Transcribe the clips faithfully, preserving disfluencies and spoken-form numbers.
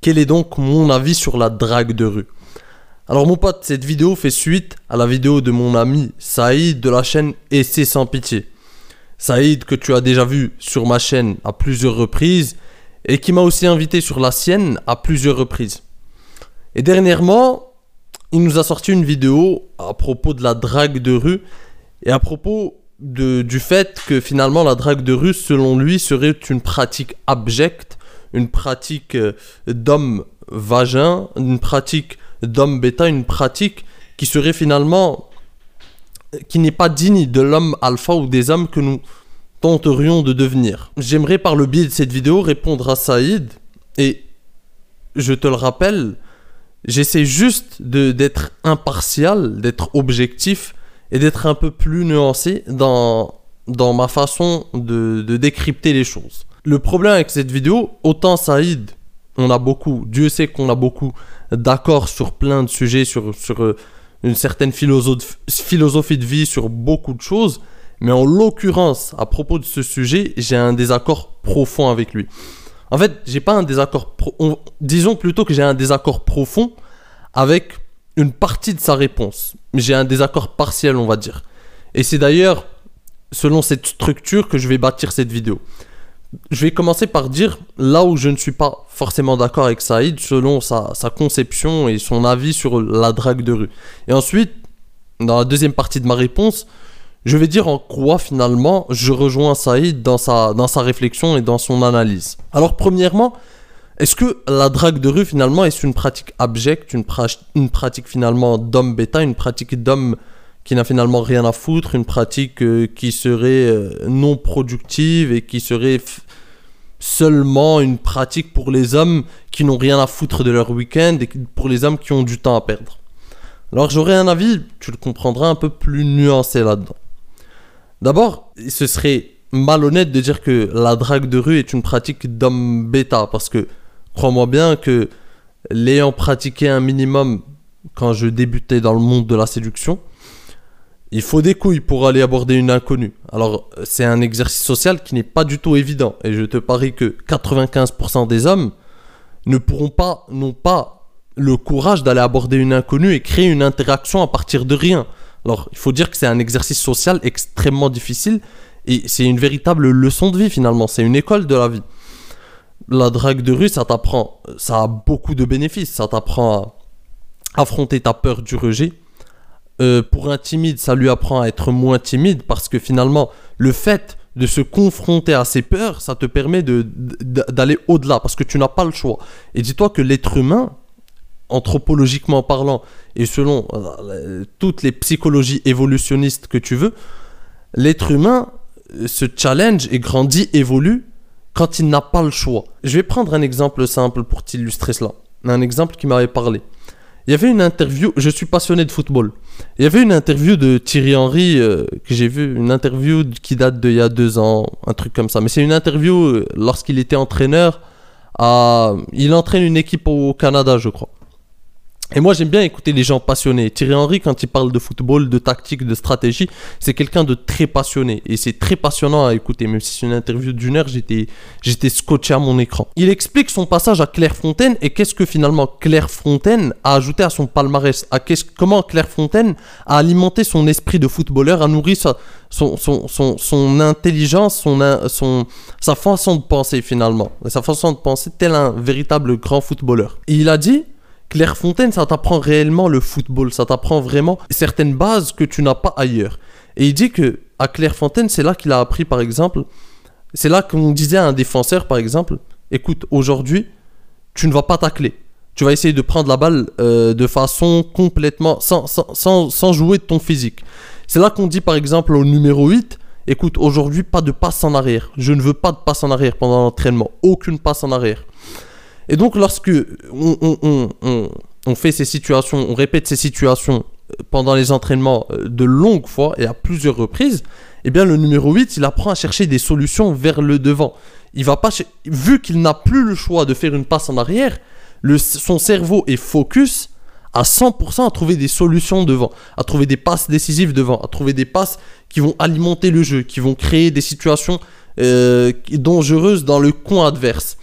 Quel est donc mon avis sur la drague de rue? Alors mon pote, cette vidéo fait suite à la vidéo de mon ami Saïd de la chaîne Essai sans pitié. Saïd que tu as déjà vu sur ma chaîne à plusieurs reprises et qui m'a aussi invité sur la sienne à plusieurs reprises. Et dernièrement, il nous a sorti une vidéo à propos de la drague de rue et à propos de, du fait que finalement la drague de rue, selon lui, serait une pratique abjecte, une pratique d'homme vagin, une pratique d'homme bêta, une pratique qui serait finalement, qui n'est pas digne de l'homme alpha ou des hommes que nous tenterions de devenir. J'aimerais par le biais de cette vidéo répondre à Saïd et je te le rappelle, j'essaie juste de, d'être impartial, d'être objectif et d'être un peu plus nuancé dans, dans ma façon de, de décrypter les choses. Le problème avec cette vidéo, autant Saïd, on a beaucoup, Dieu sait qu'on a beaucoup d'accords sur plein de sujets, sur, sur une certaine philosophe, philosophie de vie, sur beaucoup de choses, mais en l'occurrence, à propos de ce sujet, j'ai un désaccord profond avec lui. En fait, j'ai pas un désaccord, pro- on, disons plutôt que j'ai un désaccord profond avec une partie de sa réponse. J'ai un désaccord partiel, on va dire. Et c'est d'ailleurs selon cette structure que je vais bâtir cette vidéo. Je vais commencer par dire là où je ne suis pas forcément d'accord avec Saïd selon sa, sa conception et son avis sur la drague de rue. Et ensuite, dans la deuxième partie de ma réponse, je vais dire en quoi finalement je rejoins Saïd dans sa, dans sa réflexion et dans son analyse. Alors premièrement, est-ce que la drague de rue finalement est une pratique abjecte, une, pra- une pratique finalement d'homme bêta, une pratique d'homme qui n'a finalement rien à foutre, une pratique euh, qui serait euh, non productive et qui serait f- seulement une pratique pour les hommes qui n'ont rien à foutre de leur week-end et pour les hommes qui ont du temps à perdre? Alors j'aurais un avis, tu le comprendras, un peu plus nuancé là-dedans. D'abord, ce serait malhonnête de dire que la drague de rue est une pratique d'homme bêta, parce que crois-moi bien que l'ayant pratiqué un minimum quand je débutais dans le monde de la séduction, il faut des couilles pour aller aborder une inconnue. Alors c'est un exercice social qui n'est pas du tout évident, et je te parie que quatre-vingt-quinze pour cent des hommes ne pourront pas, n'ont pas le courage d'aller aborder une inconnue et créer une interaction à partir de rien. Alors, il faut dire que c'est un exercice social extrêmement difficile et c'est une véritable leçon de vie finalement, c'est une école de la vie. La drague de rue, ça t'apprend, ça a beaucoup de bénéfices, ça t'apprend à affronter ta peur du rejet. Euh, pour un timide, ça lui apprend à être moins timide parce que finalement, le fait de se confronter à ses peurs, ça te permet de, de, d'aller au-delà parce que tu n'as pas le choix. Et dis-toi que l'être humain, anthropologiquement parlant et selon euh, toutes les psychologies évolutionnistes que tu veux, l'être humain se challenge et grandit, évolue quand il n'a pas le choix. Je vais prendre un exemple simple pour t'illustrer cela. Un exemple qui m'avait parlé. Il y avait une interview, je suis passionné de football. Il y avait une interview de Thierry Henry euh, que j'ai vu, une interview qui date d'il y a deux ans, un truc comme ça. Mais c'est une interview euh, lorsqu'il était entraîneur. À... Il entraîne une équipe au Canada, je crois. Et moi j'aime bien écouter les gens passionnés. Thierry Henry, quand il parle de football, de tactique, de stratégie, c'est quelqu'un de très passionné. Et c'est très passionnant à écouter. Même si c'est une interview d'une heure, j'étais, j'étais scotché à mon écran. Il explique son passage à Clairefontaine et qu'est-ce que finalement Clairefontaine a ajouté à son palmarès. À qu'est-ce, comment Clairefontaine a alimenté son esprit de footballeur, a nourri sa, son, son, son, son intelligence, son, son, sa façon de penser finalement. Sa façon de penser tel un véritable grand footballeur. Et il a dit... Clairefontaine, ça t'apprend réellement le football, ça t'apprend vraiment certaines bases que tu n'as pas ailleurs. Et il dit que à Clairefontaine, c'est là qu'il a appris, par exemple, c'est là qu'on disait à un défenseur, par exemple, écoute, aujourd'hui, tu ne vas pas tacler. Tu vas essayer de prendre la balle euh, de façon complètement, sans, sans, sans, sans jouer de ton physique. C'est là qu'on dit, par exemple, au numéro huit, écoute, aujourd'hui, pas de passe en arrière. Je ne veux pas de passe en arrière pendant l'entraînement. Aucune passe en arrière. Et donc, lorsque on, on, on, on, on fait ces situations, on répète ces situations pendant les entraînements de longues fois et à plusieurs reprises, eh bien, le numéro huit, il apprend à chercher des solutions vers le devant. Il va pas, ch- vu qu'il n'a plus le choix de faire une passe en arrière, le, son cerveau est focus à cent pour cent à trouver des solutions devant, à trouver des passes décisives devant, à trouver des passes qui vont alimenter le jeu, qui vont créer des situations euh, dangereuses dans le coin adverse.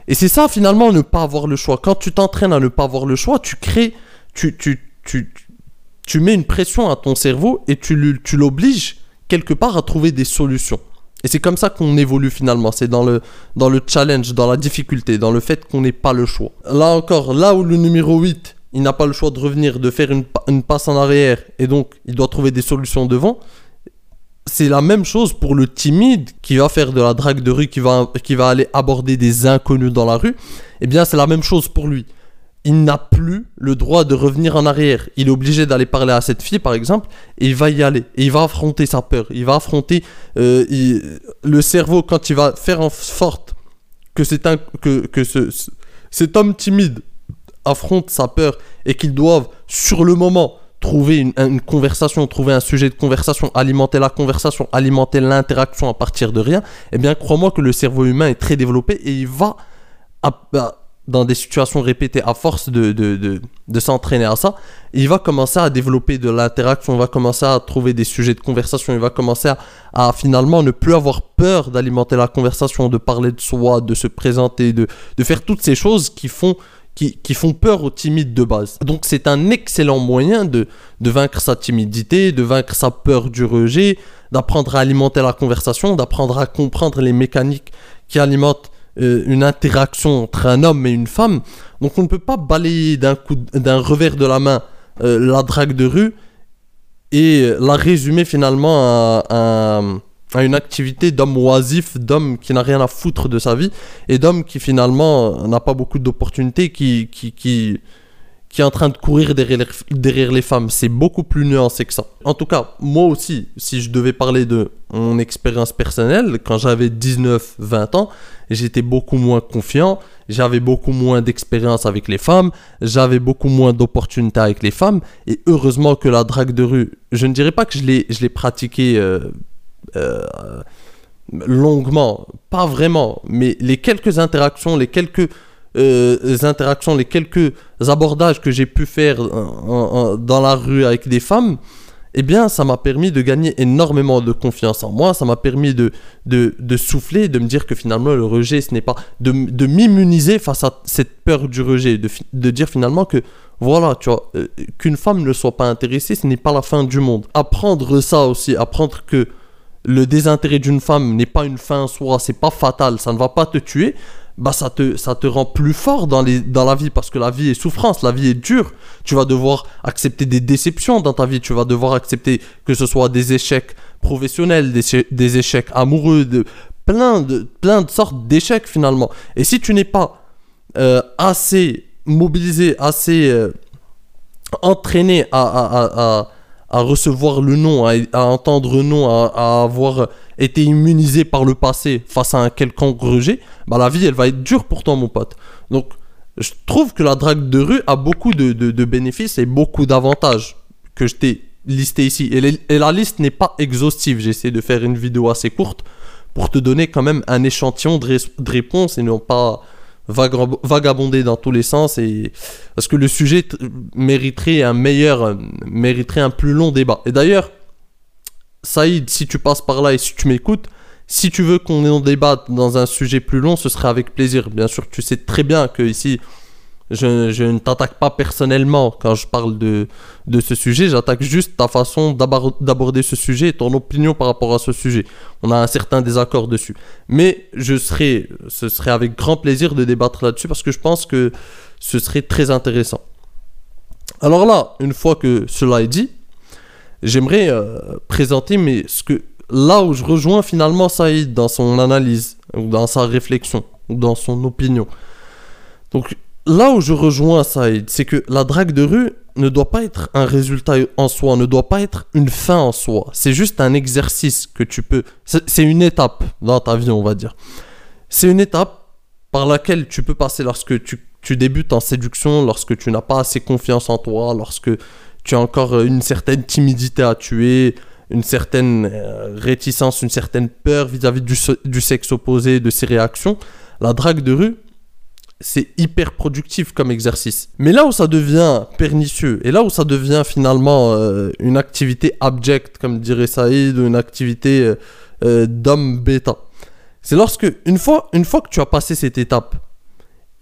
Et c'est ça finalement, ne pas avoir le choix. Quand tu t'entraînes à ne pas avoir le choix, tu crées, tu, tu, tu, tu mets une pression à ton cerveau et tu, tu l'obliges quelque part à trouver des solutions. Et c'est comme ça qu'on évolue finalement, c'est dans le, dans le challenge, dans la difficulté, dans le fait qu'on n'ait pas le choix. Là encore, là où le numéro huit, il n'a pas le choix de revenir, de faire une, une passe en arrière, et donc il doit trouver des solutions devant, c'est la même chose pour le timide qui va faire de la drague de rue, qui va, qui va aller aborder des inconnus dans la rue. Eh bien c'est la même chose pour lui. Il n'a plus le droit de revenir en arrière. Il est obligé d'aller parler à cette fille, par exemple, et il va y aller. Et il va affronter sa peur. Il va affronter euh, il, le cerveau quand il va faire en sorte que, c'est un, que, que ce, ce, cet homme timide affronte sa peur et qu'il doive, sur le moment, trouver une, une conversation, trouver un sujet de conversation, alimenter la conversation, alimenter l'interaction à partir de rien. Eh bien, crois-moi que le cerveau humain est très développé et il va... À, à, dans des situations répétées, à force de, de, de, de s'entraîner à ça, il va commencer à développer de l'interaction, il va commencer à trouver des sujets de conversation, il va commencer à, à finalement ne plus avoir peur d'alimenter la conversation, de parler de soi, de se présenter, de, de faire toutes ces choses qui font, qui, qui font peur aux timides de base. Donc c'est un excellent moyen de, de vaincre sa timidité, de vaincre sa peur du rejet, d'apprendre à alimenter la conversation, d'apprendre à comprendre les mécaniques qui alimentent Euh, une interaction entre un homme et une femme. Donc on ne peut pas balayer d'un coup, d'un revers de la main euh, la drague de rue et la résumer finalement à, à, à une activité d'homme oisif, d'homme qui n'a rien à foutre de sa vie et d'homme qui finalement n'a pas beaucoup d'opportunités, qui, qui, qui, qui est en train de courir derrière, derrière les femmes. C'est beaucoup plus nuancé que ça. En tout cas, moi aussi, si je devais parler de mon expérience personnelle, quand j'avais dix-neuf vingt ans, j'étais beaucoup moins confiant, j'avais beaucoup moins d'expérience avec les femmes, j'avais beaucoup moins d'opportunités avec les femmes, et heureusement que la drague de rue, je ne dirais pas que je l'ai, je l'ai pratiquée euh, euh, longuement, pas vraiment, mais les quelques interactions, les quelques euh, interactions, les quelques abordages que j'ai pu faire en, en, dans la rue avec des femmes, eh bien, ça m'a permis de gagner énormément de confiance en moi, ça m'a permis de, de, de souffler, de me dire que finalement le rejet, ce n'est pas... de, de m'immuniser face à cette peur du rejet, de, de dire finalement que, voilà, tu vois, euh, qu'une femme ne soit pas intéressée, ce n'est pas la fin du monde. Apprendre ça aussi, apprendre que le désintérêt d'une femme n'est pas une fin en soi, c'est pas fatal, ça ne va pas te tuer, bah ça te, ça te rend plus fort dans, les, dans la vie, parce que la vie est souffrance, la vie est dure. Tu vas devoir accepter des déceptions dans ta vie, tu vas devoir accepter que ce soit des échecs professionnels, des, des échecs amoureux, de, plein, de, plein de sortes d'échecs finalement. Et si tu n'es pas euh, assez mobilisé, assez euh, entraîné à, à, à, à, à recevoir le non, à, à entendre non, à, à avoir été immunisé par le passé face à un quelconque rejet, bah la vie elle va être dure pour toi mon pote. Donc je trouve que la drague de rue a beaucoup de, de, de bénéfices et beaucoup d'avantages que je t'ai listé ici. Et, les, et la liste n'est pas exhaustive, j'ai essayé de faire une vidéo assez courte pour te donner quand même un échantillon de, ré- de réponses et non pas vagab- vagabonder dans tous les sens, et parce que le sujet t- mériterait un meilleur, euh, mériterait un plus long débat. Et d'ailleurs, Saïd, si tu passes par là et si tu m'écoutes, si tu veux qu'on en débatte dans un sujet plus long, ce serait avec plaisir. Bien sûr, tu sais très bien que ici, je, je ne t'attaque pas personnellement quand je parle de, de ce sujet. J'attaque juste ta façon d'abar- d'aborder ce sujet et ton opinion par rapport à ce sujet. On a un certain désaccord dessus. Mais je serais, ce serait avec grand plaisir de débattre là-dessus parce que je pense que ce serait très intéressant. Alors là, une fois que cela est dit, j'aimerais euh, présenter mais ce que, là où je rejoins finalement Saïd dans son analyse, ou dans sa réflexion, ou dans son opinion. Donc là où je rejoins Saïd, c'est que la drague de rue ne doit pas être un résultat en soi, ne doit pas être une fin en soi. C'est juste un exercice que tu peux... C'est, c'est une étape dans ta vie, on va dire. C'est une étape par laquelle tu peux passer lorsque tu, tu débutes en séduction, lorsque tu n'as pas assez confiance en toi, lorsque tu as encore une certaine timidité à tuer, une certaine euh, réticence, une certaine peur vis-à-vis du, du sexe opposé, de ses réactions. La drague de rue, c'est hyper productif comme exercice. Mais là où ça devient pernicieux, et là où ça devient finalement euh, une activité abjecte, comme dirait Saïd, ou une activité euh, euh, d'homme bêta, c'est lorsque, une fois, une fois que tu as passé cette étape,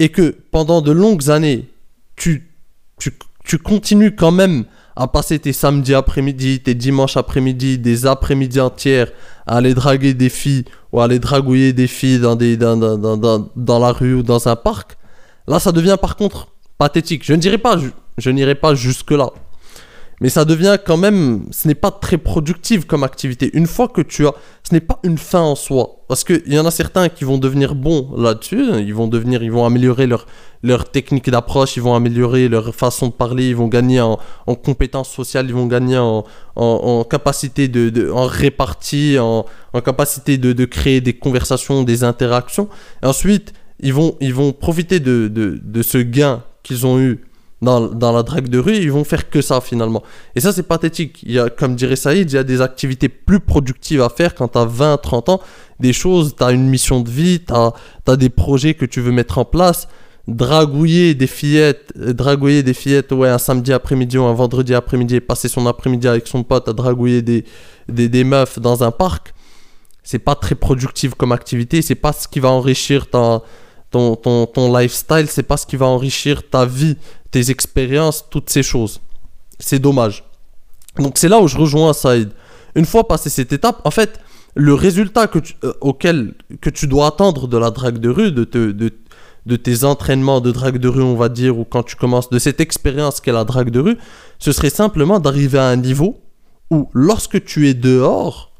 et que pendant de longues années, tu, tu, tu continues quand même à passer tes samedis après-midi, tes dimanches après-midi, des après-midi entières à aller draguer des filles ou à aller dragouiller des filles dans, des, dans, dans, dans, dans, dans la rue ou dans un parc, là ça devient par contre pathétique. Je ne dirais pas, je, je n'irai pas jusque-là. Mais ça devient quand même, ce n'est pas très productif comme activité. Une fois que tu as, ce n'est pas une fin en soi. Parce qu'il y en a certains qui vont devenir bons là-dessus. Ils vont devenir, ils vont améliorer leur, leur technique d'approche, ils vont améliorer leur façon de parler, ils vont gagner en, en compétences sociales, ils vont gagner en, en, en capacité de, de, en répartie, en, en capacité de, de créer des conversations, des interactions. Et ensuite, ils vont, ils vont profiter de, de, de ce gain qu'ils ont eu Dans, dans la drague de rue, ils vont faire que ça finalement. Et ça c'est pathétique. Il y a, comme dirait Saïd, il y a des activités plus productives à faire quand tu as vingt, trente ans. Des choses, tu as une mission de vie, tu as des projets que tu veux mettre en place. Dragouiller des fillettes, dragouiller des fillettes ouais, un samedi après-midi ou un vendredi après-midi et passer son après-midi avec son pote à dragouiller des, des, des meufs dans un parc, c'est pas très productif comme activité. C'est pas ce qui va enrichir ta, ton, ton, ton lifestyle, c'est pas ce qui va enrichir ta vie, tes expériences, toutes ces choses. C'est dommage. Donc c'est là où je rejoins Saïd. Une fois passé cette étape, en fait, le résultat que tu, euh, auquel que tu dois attendre de la drague de rue, de, te, de, de tes entraînements de drague de rue, on va dire, ou quand tu commences, de cette expérience qu'est la drague de rue, ce serait simplement d'arriver à un niveau où, lorsque tu es dehors,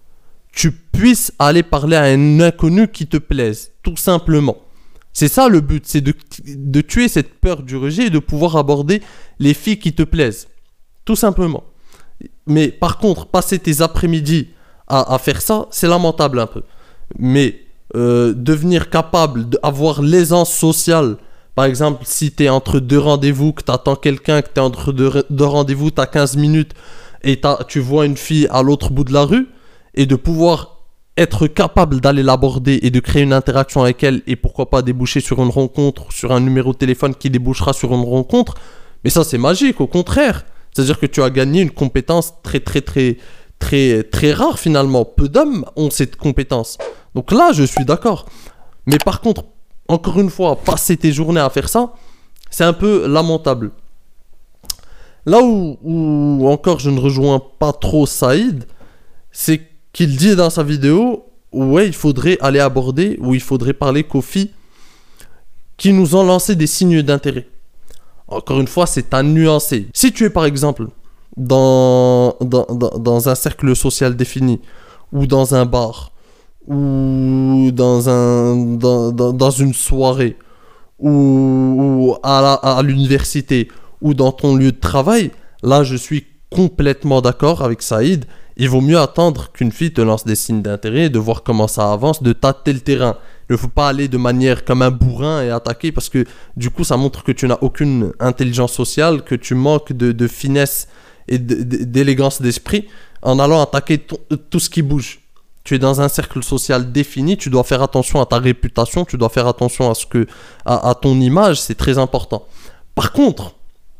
tu puisses aller parler à un inconnu qui te plaise, tout simplement. C'est ça le but, c'est de, de tuer cette peur du rejet et de pouvoir aborder les filles qui te plaisent. Tout simplement. Mais par contre, passer tes après-midi à, à faire ça, c'est lamentable un peu. Mais euh, devenir capable d'avoir l'aisance sociale, par exemple, si tu es entre deux rendez-vous, que tu attends quelqu'un, que tu es entre deux, deux rendez-vous, tu as quinze minutes et tu vois une fille à l'autre bout de la rue, et de pouvoir être capable d'aller l'aborder et de créer une interaction avec elle et pourquoi pas déboucher sur une rencontre, sur un numéro de téléphone qui débouchera sur une rencontre, mais ça c'est magique, au contraire. C'est-à-dire que tu as gagné une compétence très très très très très rare finalement. Peu d'hommes ont cette compétence. Donc là je suis d'accord. Mais par contre, encore une fois, passer tes journées à faire ça, c'est un peu lamentable. Là où, où encore je ne rejoins pas trop Saïd, c'est qu'il dit dans sa vidéo, ouais, il faudrait aller aborder, ou il faudrait parler qu'aux filles qui nous ont lancé des signes d'intérêt. Encore une fois, c'est à nuancer. Si tu es par exemple dans, dans, dans, dans un cercle social défini, ou dans un bar, ou dans, un, dans, dans, dans une soirée, ou, ou à l'université, ou dans ton lieu de travail, là je suis complètement d'accord avec Saïd. Il vaut mieux attendre qu'une fille te lance des signes d'intérêt, de voir comment ça avance, de tâter le terrain. Il ne faut pas aller de manière comme un bourrin et attaquer parce que du coup ça montre que tu n'as aucune intelligence sociale, que tu manques de, de finesse et d'élégance d'esprit en allant attaquer ton, tout ce qui bouge. Tu es dans un cercle social défini, tu dois faire attention à ta réputation, tu dois faire attention à, ce que, à, à ton image, c'est très important. Par contre,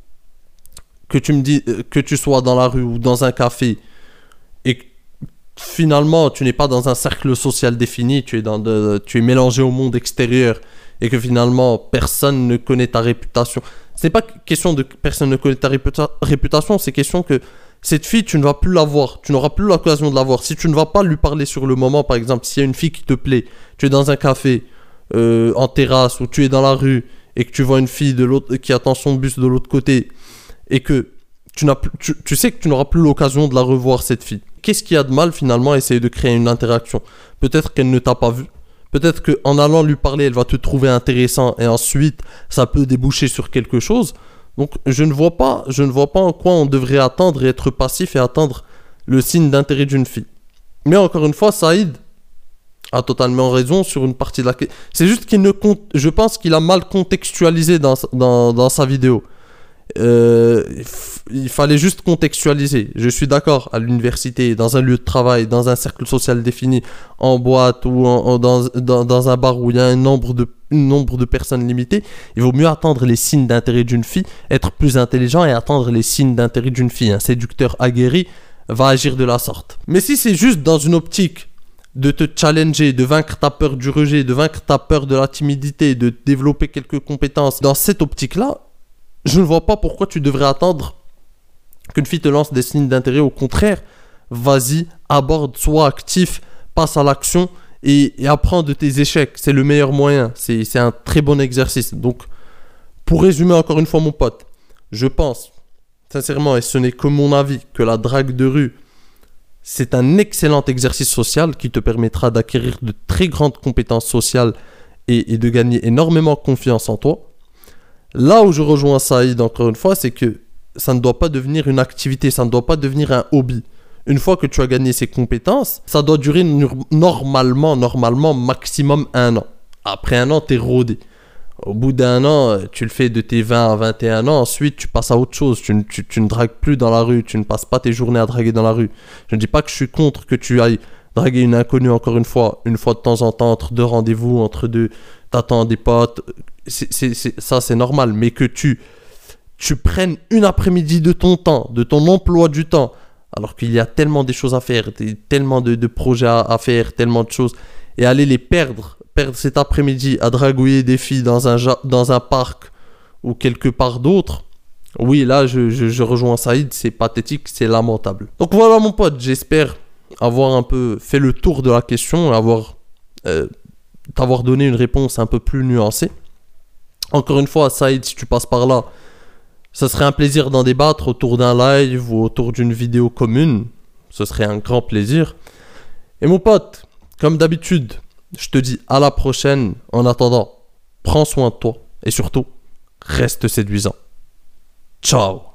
que tu me dis que tu sois dans la rue ou dans un café, et finalement tu n'es pas dans un cercle social défini, tu es, dans de, tu es mélangé au monde extérieur et que finalement personne ne connaît ta réputation. Ce n'est pas question de personne ne connaît ta réputa- réputation, c'est question que cette fille tu ne vas plus la voir, tu n'auras plus l'occasion de la voir. Si tu ne vas pas lui parler sur le moment, par exemple, s'il y a une fille qui te plaît, tu es dans un café, euh, en terrasse, ou tu es dans la rue et que tu vois une fille de l'autre, qui attend son bus de l'autre côté et que tu, n'as plus, tu, tu sais que tu n'auras plus l'occasion de la revoir cette fille. Qu'est-ce qu'il y a de mal finalement à essayer de créer une interaction? Peut-être qu'elle ne t'a pas vu. Peut-être qu'en allant lui parler, elle va te trouver intéressant et ensuite, ça peut déboucher sur quelque chose. Donc, je ne vois pas, je ne vois pas en quoi on devrait attendre et être passif et attendre le signe d'intérêt d'une fille. Mais encore une fois, Saïd a totalement raison sur une partie de la question. C'est juste qu'il ne compte... Je pense qu'il a mal contextualisé dans, dans, dans sa vidéo. Euh, il fallait juste contextualiser. Je suis d'accord, à l'université, dans un lieu de travail, dans un cercle social défini, en boîte ou en, en, dans, dans, dans un bar où il y a un nombre de, un nombre de personnes limité, il vaut mieux attendre les signes d'intérêt d'une fille, être plus intelligent et attendre les signes d'intérêt d'une fille. Un séducteur aguerri va agir de la sorte. Mais si c'est juste dans une optique de te challenger, de vaincre ta peur du rejet, de vaincre ta peur de la timidité, de développer quelques compétences. Dans cette optique-là, je ne vois pas pourquoi tu devrais attendre qu'une fille te lance des signes d'intérêt. Au contraire, vas-y, aborde, sois actif, passe à l'action et, et apprends de tes échecs. C'est le meilleur moyen. C'est, c'est un très bon exercice. Donc, pour résumer encore une fois, mon pote, je pense, sincèrement, et ce n'est que mon avis, que la drague de rue, c'est un excellent exercice social qui te permettra d'acquérir de très grandes compétences sociales et, et de gagner énormément confiance en toi. Là où je rejoins Saïd encore une fois, c'est que ça ne doit pas devenir une activité, ça ne doit pas devenir un hobby. Une fois que tu as gagné ces compétences, ça doit durer normalement, normalement, maximum un an. Après un an, tu es rodé. Au bout d'un an, tu le fais de tes vingt à vingt et un ans, ensuite tu passes à autre chose, tu, tu, tu ne dragues plus dans la rue, tu ne passes pas tes journées à draguer dans la rue. Je ne dis pas que je suis contre que tu ailles draguer une inconnue encore une fois, une fois de temps en temps, entre deux rendez-vous, entre deux, t'attends des potes, c'est, c'est, c'est, ça c'est normal, mais que tu, tu prennes une après-midi de ton temps, de ton emploi du temps, alors qu'il y a tellement de choses à faire, tellement de, de projets à, à faire, tellement de choses, et aller les perdre, perdre cet après-midi à dragouiller des filles dans un, dans un parc ou quelque part d'autre, oui, là, je, je, je rejoins Saïd, c'est pathétique, c'est lamentable. Donc voilà, mon pote, j'espère avoir un peu fait le tour de la question, avoir, euh, t'avoir donné une réponse un peu plus nuancée. Encore une fois, Saïd, si tu passes par là, ça serait un plaisir d'en débattre autour d'un live ou autour d'une vidéo commune. Ce serait un grand plaisir. Et mon pote, comme d'habitude, je te dis à la prochaine. En attendant, prends soin de toi et surtout, reste séduisant. Ciao.